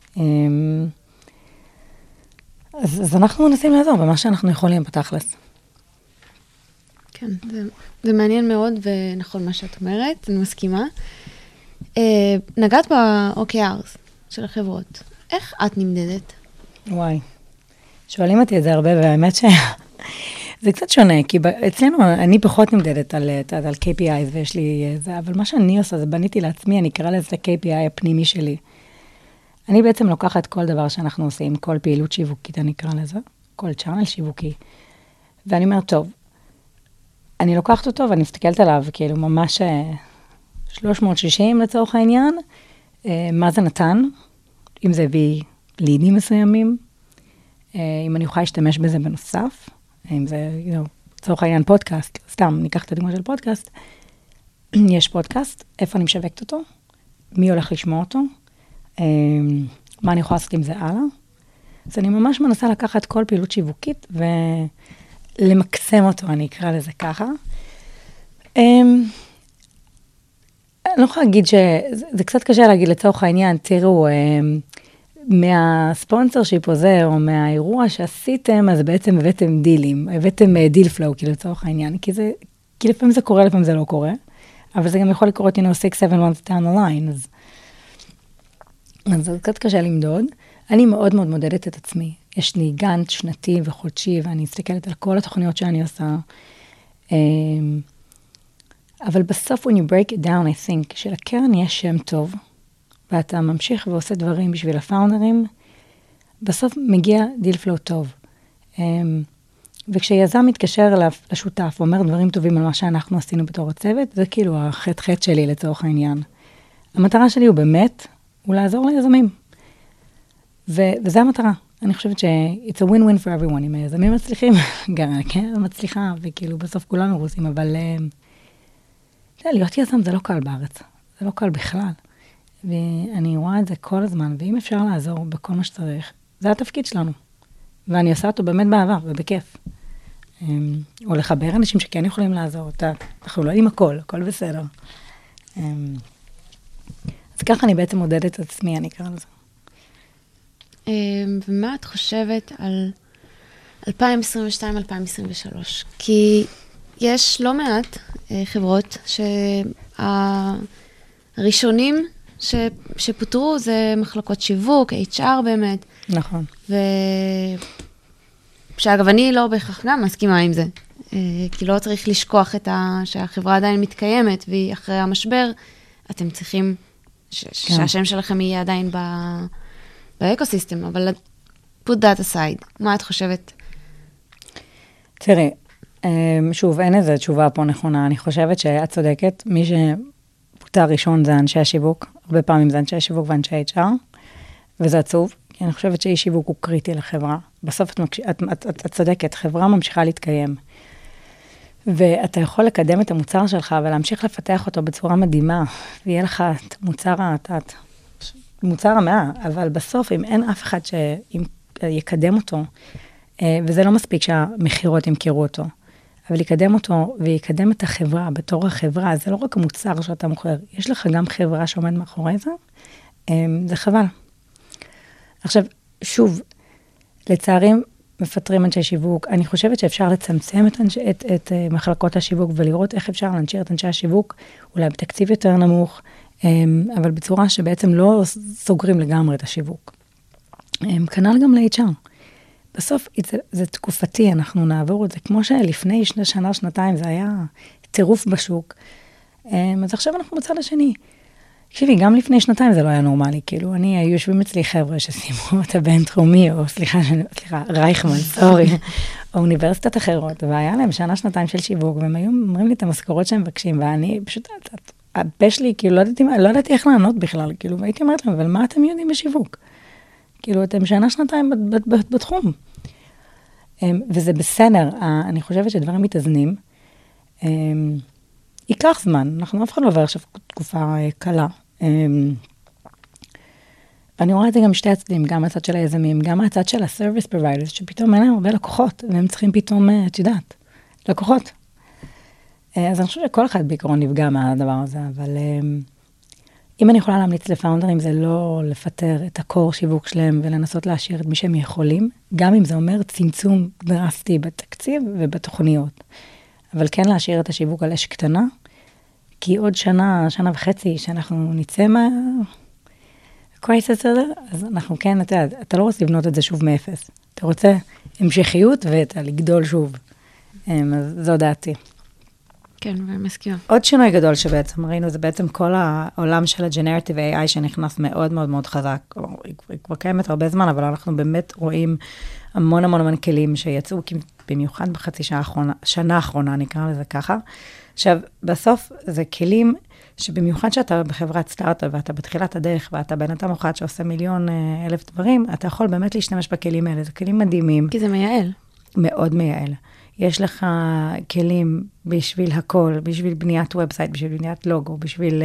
אז אנחנו מנסים לעזור במה שאנחנו יכולים בתכלס. כן, זה מעניין מאוד ונכון מה שאת אומרת, אני מסכימה. נגעת ב-OKRs של החברות. איך את נמדדת? וואי, שואלים אותי את זה הרבה, והאמת זה קצת שונה, כי אצלנו אני פחות נמדדת על KPIs ויש לי זה, אבל מה שאני עושה זה בניתי לעצמי, אני אקרא לזה KPI הפנימי שלי. אני בעצם לוקחת כל דבר שאנחנו עושים, כל פעילות שיווקית אני אקרא לזה, כל צ'אנל שיווקי, ואני אומרת, טוב, אני לוקחת אותו ואני מסתכלת עליו, כאילו ממש 360 לצורך העניין, מה זה נתן, אם זה הביא לידים מסוימים, אם אני יכולה להשתמש בזה בנוסף, אם זה, לצורך העניין פודקאסט, סתם, ניקח את הדוגמה של פודקאסט, יש פודקאסט, איפה אני משווקת אותו, מי הולך לשמוע אותו, מה אני יכולה לעשות עם זה הלאה. אז אני ממש מנסה לקחת כל פעילות שיווקית ולמקסם אותו, אני אקרא לזה ככה. אני לא יכולה להגיד שזה קצת קשה להגיד לצורך העניין, תראו, מהספונסר שיפ הזה, או מהאירוע שעשיתם, אז בעצם הבאתם דילים, הבאתם דיל פלואו, כאילו לצורך העניין, כי לפעמים זה קורה, לפעמים זה לא קורה, אבל זה גם יכול לקרות, 6-7 months down the line, אז זה קצת קשה למדוד. אני מאוד מאוד מודדת את עצמי. יש לי גאנט שנתי וחודשי, ואני מסתכלת על כל התוכניות שאני עושה. אבל בסוף, when you break it down, I think, שלקרן יש שם טוב, ואתה ממשיך ועושה דברים בשביל הפאונדרים, בסוף מגיע דיל פלואו טוב. וכשיזם מתקשר לשותף, ואומר דברים טובים על מה שאנחנו עשינו בתור הצוות, זה כאילו החטא שלי לצורך העניין. המטרה שלי הוא באמת, הוא לעזור ליזמים. וזה המטרה. אני חושבת it's a win-win for everyone. אם היזמים מצליחים, גם כן, מצליחה, וכאילו בסוף כולנו רוצים, אבל להיות יזם זה לא קל בארץ. זה לא קל בכלל. ואני רואה את זה כל הזמן, ואם אפשר לעזור בכל מה שצריך, זה התפקיד שלנו. ואני עושה אותו באמת בעבר, ובכיף. או לחבר אנשים שכן יכולים לעזור. אנחנו לא עם הכל בסדר. אז ככה אני בעצם מודדת את עצמי, אני אקרא לזה. ומה את חושבת על 2022-2023? כי יש לא מעט חברות שהראשונים שפוטרו זה מחלקות שיווק, HR באמת. נכון. שאגב, אני לא בהכרח גם מסכימה עם זה. כי לא צריך לשכוח שהחברה עדיין מתקיימת, והיא אחרי המשבר, אתם צריכים שהשם שלכם יהיה עדיין באקוסיסטם, אבל put that aside. מה את חושבת? תראי, שוב, אין איזו תשובה פה נכונה. אני חושבת שאת צודקת, מי שפוטר ראשון זה אנשי השיווק, הרבה פעמים זה אנשי השיווק ואנשי HR, וזה עצוב, כי אני חושבת שאי שיווק הוא קריטי לחברה. בסוף את צודקת, חברה ממשיכה להתקיים. ואתה יכול לקדם את המוצר שלך ולהמשיך לפתח אותו בצורה מדהימה, ויהיה לך את מוצר המאה, אבל בסוף אם אין אף אחד שיקדם אותו, וזה לא מספיק שהמחירות ימכרו אותו, אבל יקדם אותו ויקדם את החברה בתור החברה, זה לא רק המוצר שאתה מוכר, יש לך גם חברה שעומד מאחורי זה, זה חבל. עכשיו, שוב, לצערי מפטרים אנשי שיווק, אני חושבת שאפשר לצמצם את מחלקות השיווק ולראות איך אפשר להנשיר את אנשי השיווק, אולי בתקציב יותר נמוך, אבל בצורה שבעצם לא סוגרים לגמרי את השיווק. כנ"ל גם ל-HR. בסוף זה תקופתי, אנחנו נעבור את זה, כמו שלפני שנה, שנתיים, זה היה טירוף בשוק, אז עכשיו אנחנו בצד השני. תקשיבי, גם לפני שנתיים זה לא היה נורמלי, כאילו, יושבים אצלי חבר'ה שסיימו את הבינתחומי, או סליחה, רייכמן, סורי, או אוניברסיטת אחרות, והיה להם שנה, שנתיים של שיווק, והם היו אומרים לי את המשכורות שהם מבקשים, ואני פשוט, הפה שלי, כאילו, לא ידעתי איך לענות בכלל, כאילו, והייתי אומרת להם, אבל מה אתם יודעים בשיווק? כאילו, אתם שנה, שנתיים בתחום. וזה בסדר, אני חושבת שדברים מתאזנים, ייקח זמן, אנחנו אף אחד לא עובר עכשיו תקופה קלה. ואני רואה את זה גם משתי הצדדים, גם מהצד של היזמים, גם מהצד של ה-service providers, שפתאום אין להם הרבה לקוחות, והם צריכים פתאום, את יודעת, לקוחות. אז אני חושבת שכל אחד בעיקרון נפגע מהדבר הזה, אבל אם אני יכולה להמליץ לפאונדרים, זה לא לפטר את הקור שיווק שלהם, ולנסות להשאיר את מי שהם יכולים, גם אם זה אומר צמצום דרסטי בתקציב ובתוכניות. אבל כן להשאיר את השיווק על אש קטנה, כי עוד שנה וחצי, שאנחנו נצא מהקרייסס הזה, אז אנחנו כן, אתה לא רוצה לבנות את זה שוב מאפס. אתה רוצה המשכיות ואתה לגדול שוב. אז זו דעתי. כן, ומסכימה. עוד שינוי גדול שבעצם ראינו, זה בעצם כל העולם של הג'נרטיב AI שנכנס מאוד מאוד מאוד חזק. היא כבר קיימת הרבה זמן, אבל אנחנו באמת רואים המון המון המון כלים שיצאו, במיוחד בחצי שנה האחרונה, נקרא לזה ככה. עכשיו, בסוף זה כלים שבמיוחד שאתה בחברת סטארט-אפ, ואתה בתחילת הדרך, ואתה בן אדם אחד שעושה 1,000,000 דברים, אתה יכול באמת להשתמש בכלים האלה. זה כלים מדהימים. כי זה מייעל. מאוד מייעל. יש לך כלים בשביל הכל, בשביל בניית ובסייט, בשביל בניית לוגו, בשביל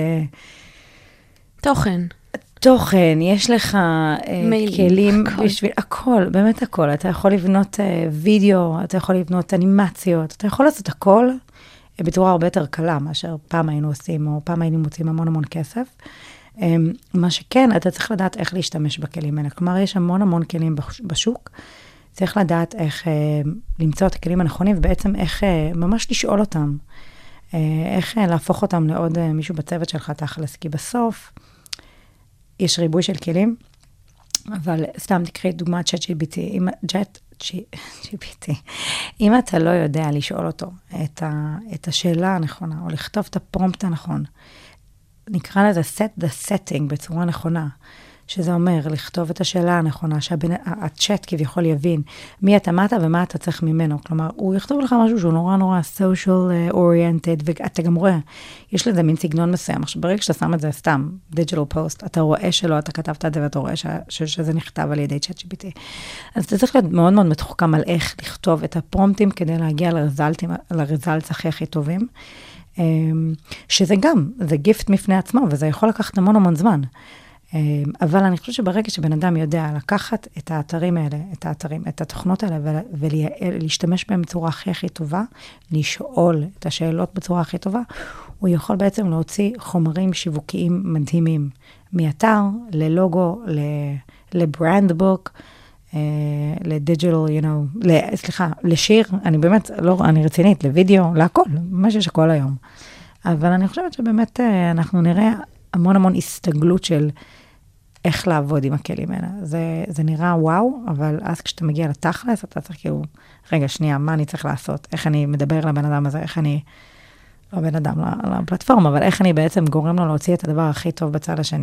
תוכן, יש לך כלים בשביל הכל, באמת הכל. אתה יכול לבנות וידאו, אתה יכול לבנות אנימציות, אתה יכול לעשות הכל בצורה הרבה יותר קלה, מאשר פעם היינו עושים, או פעם היינו מוצאים המון המון כסף. מה שכן, אתה צריך לדעת איך להשתמש בכלים האלה. כלומר, יש המון המון כלים בשוק, צריך לדעת איך למצוא את הכלים הנכונים, ובעצם איך ממש לשאול אותם, איך להפוך אותם לעוד מישהו בצוות שלך תכלס, כי בסוף יש ריבוי של כלים, אבל סתם תקראי דוגמת ChatGPT, אם אתה לא יודע לשאול אותו את השאלה הנכונה, או לכתוב את הפרומפט הנכון, נקרא לזה set the setting בצורה נכונה, שזה אומר לכתוב את השאלה הנכונה, שהצ'אט כביכול יבין מי אתה מטה ומה אתה צריך ממנו. כלומר, הוא יכתוב לך משהו שהוא נורא נורא social oriented, ואתה גם רואה, יש לזה מין סגנון מסוים. עכשיו, ברגע שאתה שם את זה סתם, digital post, אתה רואה שלא, אתה כתבת את זה, ואתה רואה שזה נכתב על ידי ChatGPT. אז אתה צריך להיות מאוד מאוד מתוחכם על איך לכתוב את הפרומפטים, כדי להגיע לרזלטס הכי טובים. שזה גם, זה גיפט מפני עצמו, וזה יכול לקחת המון המון זמן. אבל אני חושבת שברגע שבן אדם יודע לקחת את האתרים האלה, את התוכנות האלה, ולהשתמש בהם בצורה הכי טובה, לשאול את השאלות בצורה הכי טובה, הוא יכול בעצם להוציא חומרים שיווקיים מדהימים, מאתר, ללוגו, לברנד בוק, לדיג'יטל, לשיר, אני באמת, אני רצינית, לוידאו, להכל, מה שיש הכל היום. אבל אני חושבת שבאמת אנחנו נראה המון המון הסתגלות של איך לעבוד עם הכלים האלה. זה נראה וואו, אבל אז כשאתה מגיע לתכלס, אתה צריך כאילו, רגע, שנייה, מה אני צריך לעשות? איך אני מדבר לבן אדם הזה? איך אני, לא בן אדם לפלטפורמה, אבל איך אני בעצם גורם לו להוציא את הדבר הכי טוב בצד השני.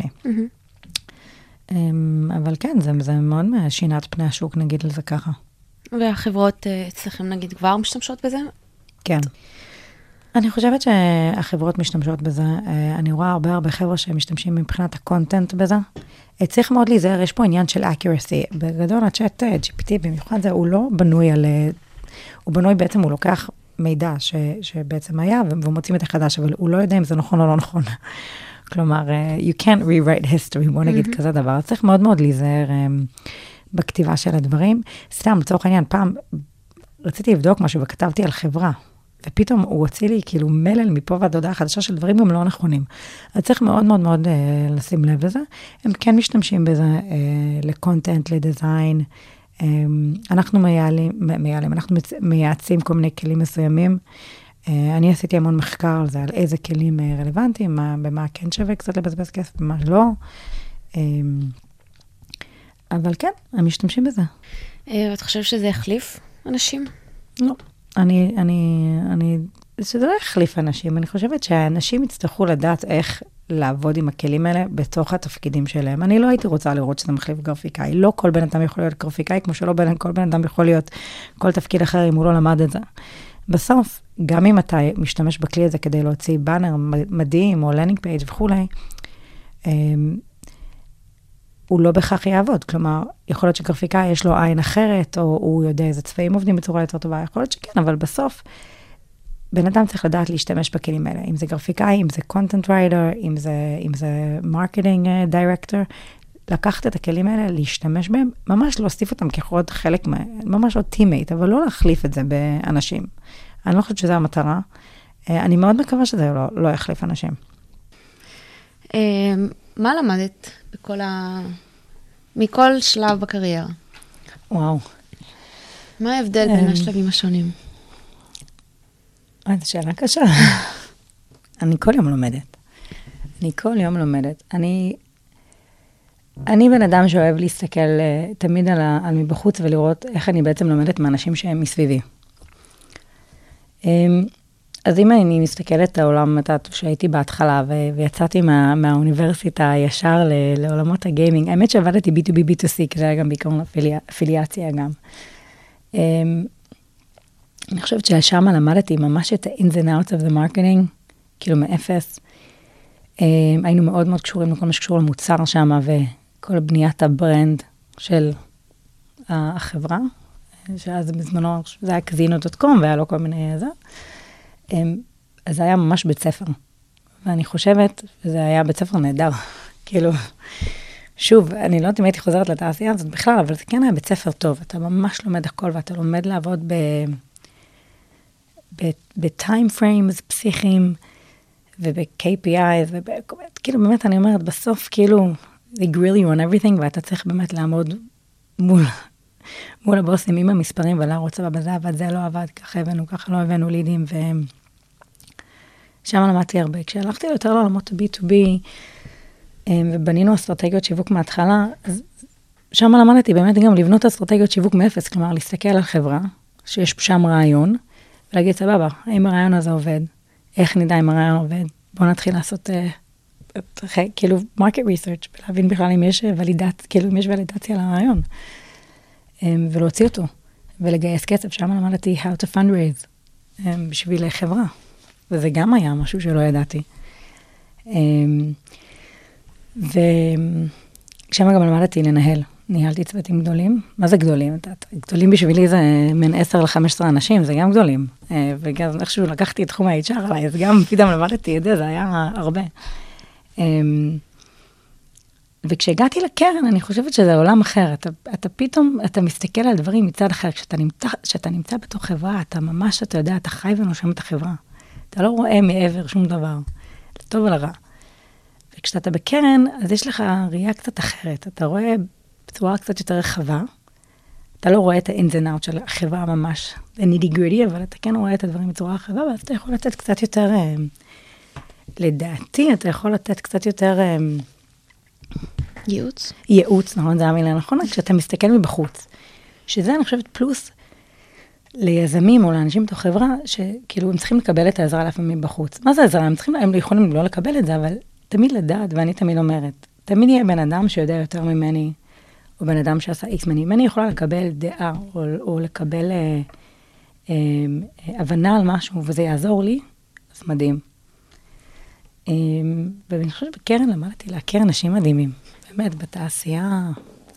אבל כן, זה מאוד שינת פני השוק, נגיד לזה ככה. והחברות אצלכם נגיד כבר משתמשות בזה? כן. אני חושבת שהחברות משתמשות בזה, אני רואה הרבה חבר'ה שמשתמשים מבחינת הקונטנט בזה. צריך מאוד להיזהר, יש פה עניין של accuracy. בגדול, הצ'אט GPT, במיוחד זה, הוא לא בנוי על, הוא בנוי בעצם, הוא לוקח מידע שבעצם היה, והוא מוציא מחדש, אבל הוא לא יודע אם זה נכון או לא נכון. כלומר, you can't rewrite history, בוא נגיד כזה דבר. צריך מאוד מאוד להיזהר בכתיבה של הדברים. סתם, לצורך העניין, פעם רציתי לבדוק משהו וכתבתי על חברה, ופתאום הוא הוציא לי כאילו מלל מפה ועד הודעה חדשה של דברים גם לא נכונים. אז צריך מאוד מאוד מאוד לשים לב לזה. הם כן משתמשים בזה לקונטנט, לדיזיין. אנחנו אנחנו מייעצים כל מיני כלים מסוימים. אני עשיתי המון מחקר על זה, על איזה כלים רלוונטיים, במה כן שווה קצת לבזבז כסף, במה לא. אבל כן, הם משתמשים בזה. ואת חושב שזה יחליף אנשים? לא. שזה לא יחליף אנשים. אני חושבת שהאנשים יצטרכו לדעת איך לעבוד עם הכלים האלה בתוך התפקידים שלהם. אני לא הייתי רוצה לראות שזה מחליף גרפיקאי. לא כל בן אדם יכול להיות גרפיקאי, כמו שלא כל בן אדם יכול להיות כל תפקיד אחר אם הוא לא למד את זה. בסוף, גם אם אתה משתמש בכלי הזה כדי להוציא באנר מדהים או לנינג פייג' וכולי, הוא לא בכך יעבוד. כלומר, יכול להיות שגרפיקאי יש לו עין אחרת, או הוא יודע איזה צבעים עובדים בצורה יותר טובה, יכול להיות שכן, אבל בסוף, בן אדם צריך לדעת להשתמש בכלים האלה. אם זה גרפיקאי, אם זה content writer, אם זה marketing director, לקחת את הכלים האלה, להשתמש בהם, ממש להוסיף אותם כחוד חלק, ממש עוד teammate, אבל לא להחליף את זה באנשים. אני לא חושבת שזו המטרה. אני מאוד מקווה שזה לא יחליף אנשים. מה למדת מכל שלב בקריירה? וואו. מה ההבדל בין השלבים השונים? זו שאלה קשה. אני כל יום לומדת. אני בן אדם שאוהב להסתכל תמיד על מבחוץ ולראות איך אני בעצם לומדת מאנשים שהם מסביבי. אז אם אני מסתכלת על העולם שהייתי בהתחלה ויצאתי מהאוניברסיטה ישר לעולמות הגיימינג, האמת שעבדתי B2B, B2C, כי זה היה גם בעיקרון אפיליאציה גם. אני חושבת ששם למדתי ממש את ה-ins and outs of the marketing, כאילו מאפס. היינו מאוד מאוד קשורים לכל מה שקשור למוצר שם, וכל בניית הברנד של החברה, שאז בזמנו זה היה casino.com, והיה לו כל מיני זה. אז זה היה ממש בית ספר. ואני חושבת, וזה היה בית ספר נהדר. כאילו, שוב, אני לא יודעת אם הייתי חוזרת לתעשייה הזאת בכלל, אבל זה כן היה בית ספר טוב. אתה ממש לומד הכל, ואתה לומד לעבוד בטיים פריימס פסיכיים, וב-KPI, כאילו באמת אני אומרת, בסוף כאילו, they grill you on everything, ואתה צריך באמת לעמוד מול הבוסים עם המספרים, ולא רוצה בזה עבד, זה לא עבד, ככה הבאנו, ככה לא הבאנו לידים, ושם למדתי הרבה. כשהלכתי יותר לעולמות ה-B2B, ובנינו אסטרטגיות שיווק מההתחלה, אז שם למדתי באמת גם לבנות אסטרטגיות שיווק מאפס, כלומר, להסתכל על חברה, שיש שם רעיון, ולהגיד, סבבה, האם הרעיון הזה עובד? איך נדע אם הרעיון עובד? בואו נתחיל לעשות, כאילו, market research, ולהבין בכלל אם יש ולידציה לרעיון. ולהוציא אותו, ולגייס כסף. שם למדתי how to fundraise בשביל חברה. וזה גם היה משהו שלא ידעתי. ושם גם למדתי לנהל. ניהלתי צוותים גדולים. מה זה גדולים? גדולים בשבילי זה בין 10 ל-15 אנשים, זה גם גדולים. וגם איכשהו לקחתי את תחום ה-HR עליי, אז גם פתאום למדתי את זה, זה היה הרבה. וכשהגעתי לקרן, אני חושבת שזה עולם אחר. אתה פתאום, אתה מסתכל על דברים מצד אחר. כשאתה נמצא בתוך חברה, אתה ממש, אתה יודע, אתה חי ונושם את החברה. אתה לא רואה מעבר שום דבר. לטוב ולרע. וכשאתה בקרן, אז יש לך ראייה קצת אחרת. אתה רואה בצורה קצת יותר רחבה. אתה לא רואה את ה-ins and outs של החברה ממש, נידי גרידי, אבל אתה כן רואה את הדברים בצורה רחבה, ואז אתה יכול לתת קצת יותר, לדעתי, אתה יכול לתת קצת יותר, ייעוץ. ייעוץ, נכון, זה המילה נכונה, כשאתה מסתכל מבחוץ. שזה, אני חושבת, פלוס ליזמים או לאנשים בתוך חברה, שכאילו הם צריכים לקבל את העזרה לפעמים מבחוץ. מה זה עזרה? הם יכולים לא לקבל את זה, אבל תמיד לדעת, ואני תמיד אומרת, תמיד יהיה בן אדם שיודע יותר ממני, או בן אדם שעשה איקס ממני. אם אני יכולה לקבל דעה, או לקבל הבנה על משהו, וזה יעזור לי, אז מדהים. ואני חושבת בקרן למדתי להכיר אנשים מדהימים. באמת, בתעשייה,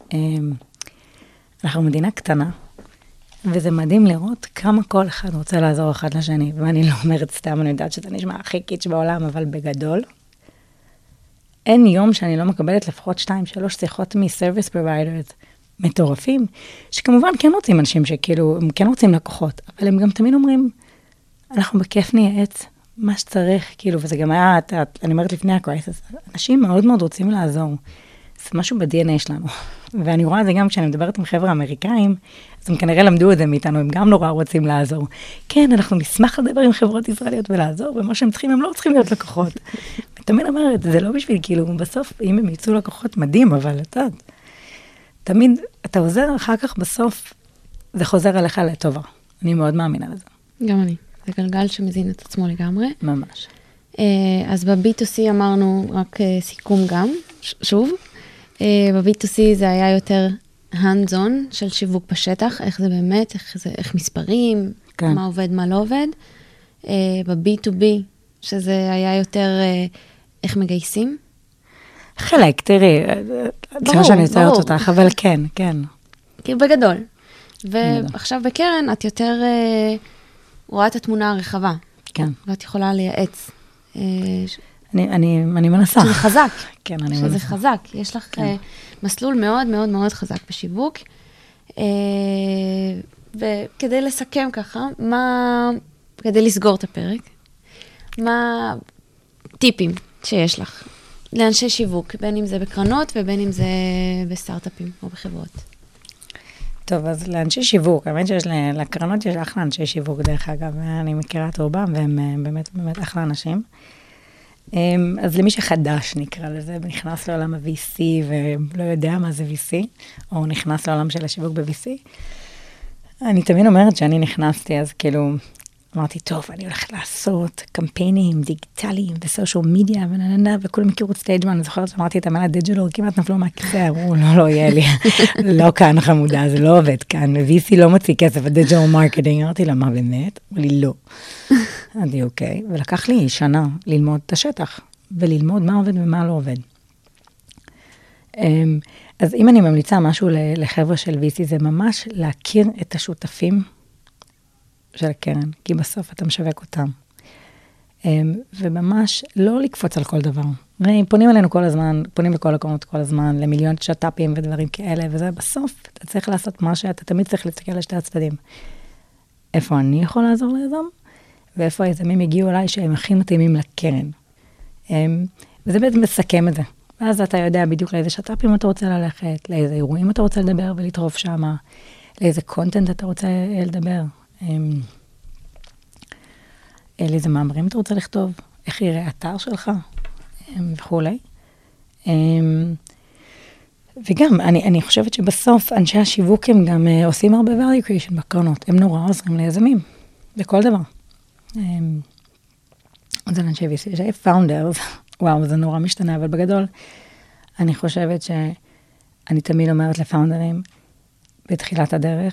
אנחנו מדינה קטנה, וזה מדהים לראות כמה כל אחד רוצה לעזור אחד לשני. ואני לא אומרת סתם, אני יודעת שזה נשמע הכי קיץ' בעולם, אבל בגדול, אין יום שאני לא מקבלת לפחות 2-3 שיחות מ-service providers מטורפים, שכמובן כן רוצים אנשים שכאילו, הם כן רוצים לקוחות, אבל הם גם תמיד אומרים, אנחנו בכיף נייעץ מה שצריך, כאילו, וזה גם היה, אני אומרת לפני הקרייסס, אנשים מאוד מאוד רוצים לעזור. זה משהו ב-DNA שלנו. ואני רואה את זה גם כשאני מדברת עם חבר'ה אמריקאים, אז הם כנראה למדו את זה מאיתנו, הם גם נורא רוצים לעזור. כן, אנחנו נשמח לדבר עם חברות ישראליות ולעזור, ומה שהם צריכים, הם לא צריכים להיות לקוחות. ותמיד אומרת, זה לא בשביל, כאילו, בסוף, אם הם יצאו לקוחות, מדהים, אבל אתה, תמיד, אתה עוזר אחר כך בסוף, זה חוזר אליך לטובה. אני מאוד מאמינה לזה. גם אני. זה גלגל שמזין את עצמו לגמרי. ממש. אז ב-B2C אמרנו רק סיכום גם, שוב. ב-B2C זה היה יותר hands-on של שיווק בשטח, איך זה באמת, איך מספרים, כן. מה עובד, מה לא עובד. ב-B2B, שזה היה יותר איך מגייסים. חלק, תראי, ברור, שאני יוצרת אותך, אבל כן, כן. כאילו בגדול. ועכשיו בקרן את יותר רואה את התמונה הרחבה. כן. ואת יכולה לייעץ. אני מנסה. שזה חזק. כן, אני מנסה. שזה חזק. יש לך מסלול מאוד מאוד מאוד חזק בשיווק. וכדי לסכם ככה, כדי לסגור את הפרק, מה טיפים שיש לך לאנשי שיווק, בין אם זה בקרנות ובין אם זה בסטארט-אפים או בחברות? טוב, אז לאנשי שיווק, האמת שיש לקרנות יש אחלה אנשי שיווק דרך אגב, אני מכירה את רובם, והם באמת באמת אחלה אנשים. אז למי שחדש נקרא לזה, נכנס לעולם ה-VC ולא יודע מה זה VC, או נכנס לעולם של השיווק ב-VC, אני תמיד אומרת שאני נכנסתי, אז כאילו, אמרתי, טוב, אני הולכת לעשות קמפיינים דיגיטליים וסושיאל מדיה ונננה, וכולם הכירו את סטייג'מן, אני זוכרת שאמרתי את המילה דיג'יטל, כמעט נפלו מהכיסא, אמרו, לא יהיה לי, לא כאן חמודה, זה לא עובד כאן, ו-VC לא מוציא כסף, הדיג'יטל מרקטינג, אמרתי לה, מה באמת? אמרו לי, לא. אמרתי, אוקיי, ולקח לי שנה ללמוד את השטח, וללמוד מה עובד ומה לא עובד. אז אם אני ממליצה משהו לחבר'ה של VC, זה ממש להכיר את השותפים של הקרן, כי בסוף אתה משווק אותם. וממש לא לקפוץ על כל דבר. פונים אלינו כל הזמן, פונים לכל הקרנות כל הזמן, למיליון שטאפים ודברים כאלה, וזה בסוף, אתה צריך לעשות מה שאתה תמיד צריך להסתכל לשתי הצדדים. איפה אני יכול לעזור ליזם, ואיפה היזמים הגיעו אליי שהם הכי מתאימים לקרן. וזה בעצם מסכם את זה. ואז אתה יודע בדיוק לאיזה שטאפים אתה רוצה ללכת, לאיזה אירועים אתה רוצה לדבר ולטרוף שם, לאיזה קונטנט אתה רוצה לדבר. לאיזה מאמרים אתה רוצה לכתוב, איך יראה האתר שלך, וכו'. וגם, אני חושבת שבסוף, אנשי השיווק הם גם עושים הרבה value creation בקרנות, הם נורא עוזרים ליזמים, בכל דבר. זה אנשי VC, יש founders, וואו, זה נורא משתנה, אבל בגדול, אני חושבת שאני תמיד אומרת לפאונדרים, בתחילת הדרך,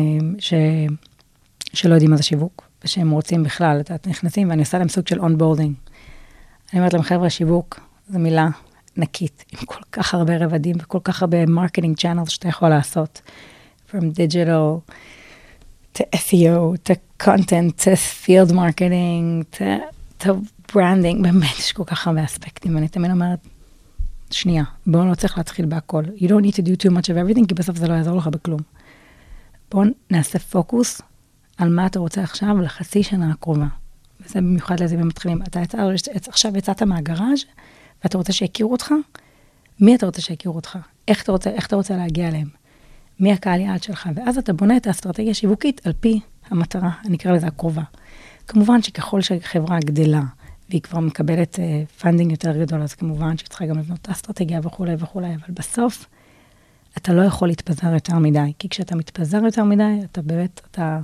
שלא יודעים מה זה שיווק, ושהם רוצים בכלל, את נכנסים, ואני עושה להם סוג של אונבורדינג. אני אומרת להם, חבר'ה, שיווק, זו מילה ענקית, עם כל כך הרבה רבדים, וכל כך הרבה מרקטינג צ'אנלס שאתה יכול לעשות. From digital, to SEO, to content, to field marketing, to branding, באמת, יש כל כך הרבה אספקטים, ואני תמיד אומרת, שנייה, בואו לא צריך להתחיל בהכל. You don't need to do too much of everything, כי בסוף זה לא יעזור לך בכלום. בואו נעשה פוקוס, על מה אתה רוצה עכשיו לחצי שנה הקרובה. וזה במיוחד ליזמים מתחילים. אתה עכשיו יצאת מהגראז' ואתה רוצה שיכירו אותך? מי אתה רוצה שיכירו אותך? איך אתה רוצה להגיע אליהם? מי הקהל יעד שלך? ואז אתה בונה את האסטרטגיה השיווקית על פי המטרה, אני אקרא לזה הקרובה. כמובן שככל שחברה גדלה והיא כבר מקבלת פנדינג יותר גדול, אז כמובן שצריכה גם לבנות את האסטרטגיה וכו' וכו', אבל בסוף אתה לא יכול להתפזר יותר מדי, כי כשאתה מתפזר יותר מדי, אתה באמת,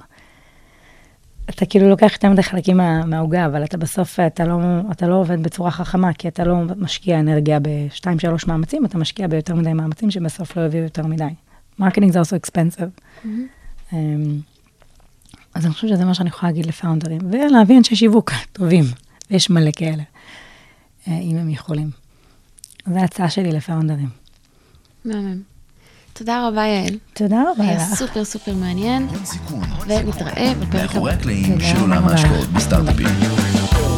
אתה כאילו לוקח יותר מדי חלקים מהעוגה, אבל אתה בסוף, אתה לא עובד בצורה חכמה, כי אתה לא משקיע אנרגיה ב2-3 מאמצים, אתה משקיע ביותר מדי מאמצים שבסוף לא יביאו יותר מדי. מרקטינג זה also expensive. אז אני חושבת שזה מה שאני יכולה להגיד לפאונדרים, ולהביא אנשי שיווק טובים, ויש מלא כאלה, אם הם יכולים. זו ההצעה שלי לפאונדרים. מהמם. תודה רבה, יעל. תודה רבה. היה סופר סופר מעניין, הון סיכון. ונתראה בפרק הבא. מאחורי הקלעים של עולם ההשקעות בסטארט-אפים.